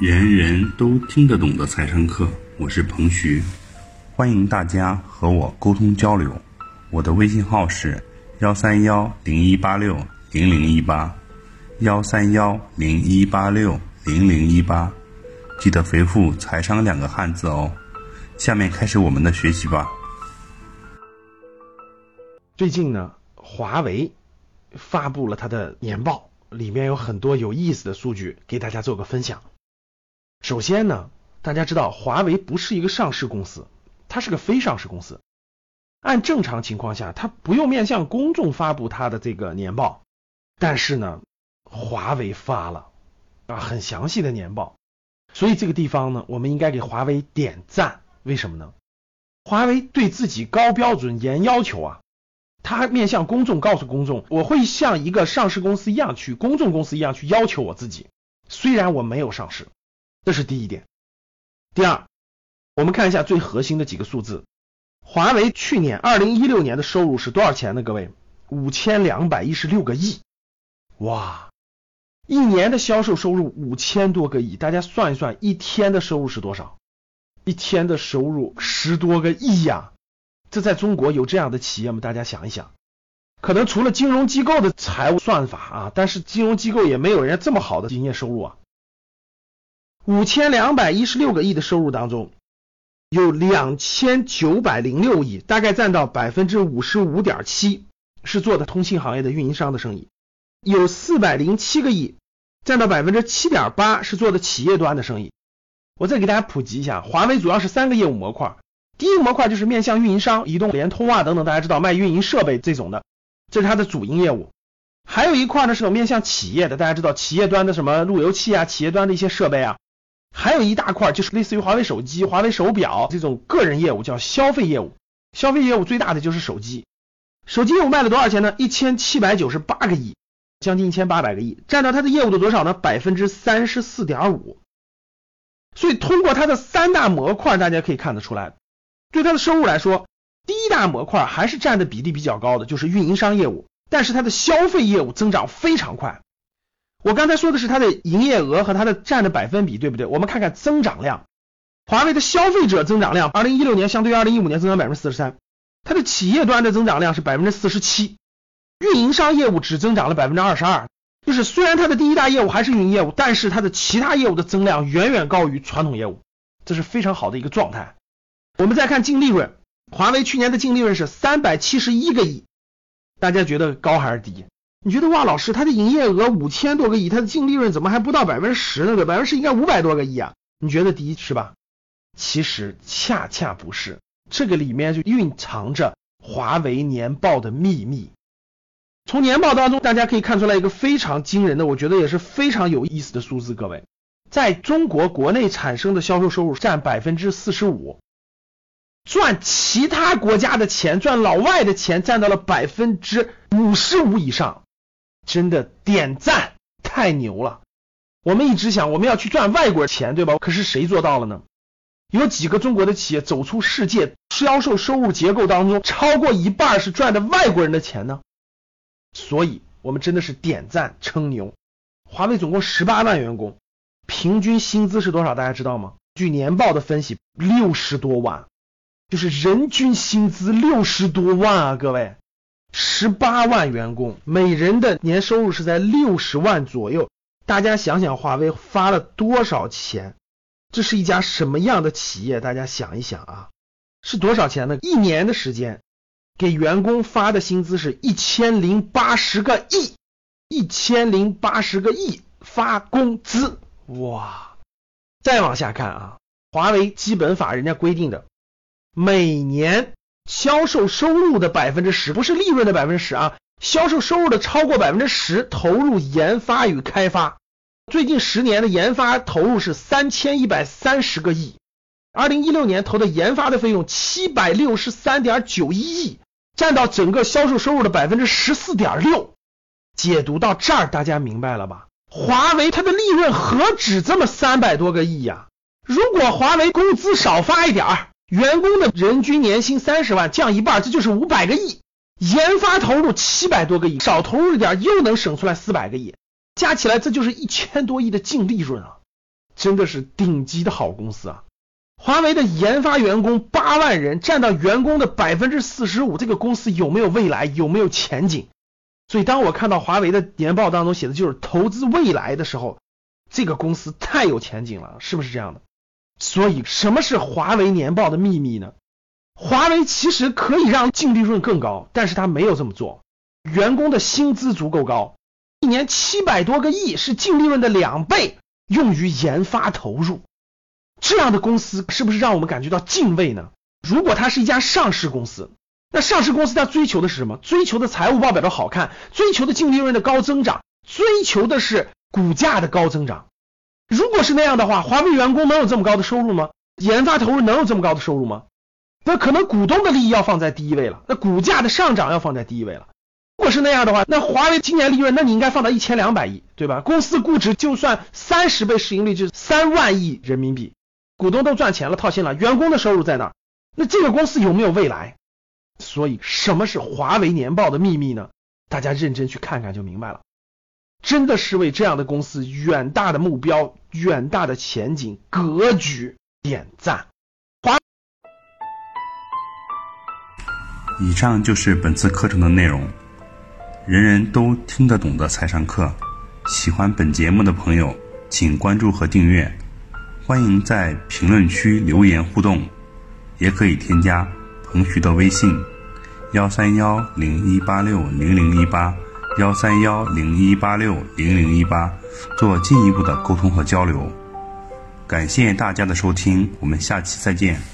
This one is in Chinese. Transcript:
人人都听得懂的财商课，我是彭徐，欢迎大家和我沟通交流。我的微信号是13101860018，13101860018，记得回复财商2个汉字哦。下面开始我们的学习吧。 最近呢，华为发布了它的年报，里面有很多有意思的数据，给大家做个分享。首先呢，大家知道华为不是一个上市公司，它是个非上市公司。按正常情况下，它不用面向公众发布它的这个年报，但是呢，华为发了很详细的年报，所以这个地方呢，我们应该给华为点赞。为什么呢？华为对自己高标准严要求啊，它面向公众告诉公众，我会像一个上市公司一样去公众公司一样去要求我自己，虽然我没有上市。这是第一点。第二，我们看一下最核心的几个数字。华为去年2016年的收入是多少钱呢？各位，5216个亿。哇，一年的销售收入5000多个亿，大家算一算，一天的收入是多少？一天的收入10多个亿呀。这在中国有这样的企业吗？大家想一想。可能除了金融机构的财务算法但是金融机构也没有人家这么好的营业收入啊。5216个亿的收入当中，有2906亿，大概占到 55.7%， 是做的通信行业的运营商的生意。有407个亿，占到 7.8%， 是做的企业端的生意。我再给大家普及一下，华为主要是3个业务模块。第一个模块就是面向运营商，移动、联通等等，大家知道卖运营设备这种的，这是它的主营业务。还有一块呢是有面向企业的，大家知道企业端的什么路由器企业端的一些设备还有一大块就是类似于华为手机、华为手表这种个人业务，叫消费业务。消费业务最大的就是手机。手机业务卖了多少钱呢？1798个亿，将近1800个亿，占到它的业务的多少呢？34.5%。所以通过它的3大模块，大家可以看得出来，对它的收入来说，第一大模块还是占的比例比较高的，就是运营商业务，但是它的消费业务增长非常快。我刚才说的是它的营业额和它的占的百分比，对不对？我们看看增长量。华为的消费者增长量2016年相对于2015年增长 43%， 它的企业端的增长量是 47%， 运营商业务只增长了 22%， 就是虽然它的第一大业务还是运营业务，但是它的其他业务的增量远远高于传统业务，这是非常好的一个状态。我们再看净利润，华为去年的净利润是371个亿，大家觉得高还是低？你觉得哇，老师，它的营业额5000多个亿，它的净利润怎么还不到 10% 呢？对吧？ 10% 应该500多个亿你觉得低是吧？其实恰恰不是，这个里面就蕴藏着华为年报的秘密。从年报当中大家可以看出来一个非常惊人的，我觉得也是非常有意思的数字。各位，在中国国内产生的销售收入占 45%， 赚其他国家的钱，赚老外的钱占到了 55% 以上。真的点赞，太牛了。我们一直想我们要去赚外国钱，对吧？可是谁做到了呢？有几个中国的企业走出世界，销售收入结构当中超过一半是赚的外国人的钱呢？所以我们真的是点赞称牛。华为总共18万员工，平均薪资是多少大家知道吗？据年报的分析60多万，就是人均薪资60多万各位。18万员工，每人的年收入是在60万左右。大家想想华为发了多少钱？这是一家什么样的企业？大家想一想是多少钱呢？一年的时间给员工发的薪资是1080个亿，1080个亿发工资。哇！再往下看华为基本法人家规定的每年销售收入的 10%， 不是利润的 10% 销售收入的超过 10% 投入研发与开发。最近10年的研发投入是3130个亿，2016年投的研发的费用 763.91 亿，占到整个销售收入的 14.6%。 解读到这儿大家明白了吧？华为它的利润何止这么300多个亿如果华为工资少发一点员工的人均年薪30万降一半，这就是500个亿。研发投入700多个亿，少投入一点又能省出来400个亿，加起来这就是1000多亿的净利润真的是顶级的好公司啊。华为的研发员工8万人，占到员工的 45%， 这个公司有没有未来，有没有前景？所以当我看到华为的年报当中写的就是投资未来的时候，这个公司太有前景了，是不是这样的？所以什么是华为年报的秘密呢？华为其实可以让净利润更高，但是他没有这么做。员工的薪资足够高，一年700多个亿是净利润的2倍，用于研发投入。这样的公司是不是让我们感觉到敬畏呢？如果它是一家上市公司，那上市公司它追求的是什么？追求的财务报表的好看，追求的净利润的高增长，追求的是股价的高增长。如果是那样的话，华为员工能有这么高的收入吗？研发投入能有这么高的收入吗？那可能股东的利益要放在第一位了，那股价的上涨要放在第一位了。如果是那样的话，那华为今年利润那你应该放到1200亿，对吧？公司估值就算30倍市盈率，就是3万亿人民币，股东都赚钱了，套现了，员工的收入在那儿，那这个公司有没有未来？所以什么是华为年报的秘密呢？大家认真去看看就明白了。真的是为这样的公司远大的目标、远大的前景、格局点赞。 以上就是本次课程的内容，人人都听得懂的财商课。喜欢本节目的朋友，请关注和订阅，欢迎在评论区留言互动，也可以添加彭徐的微信13101860018，13101860018，做进一步的沟通和交流。感谢大家的收听，我们下期再见。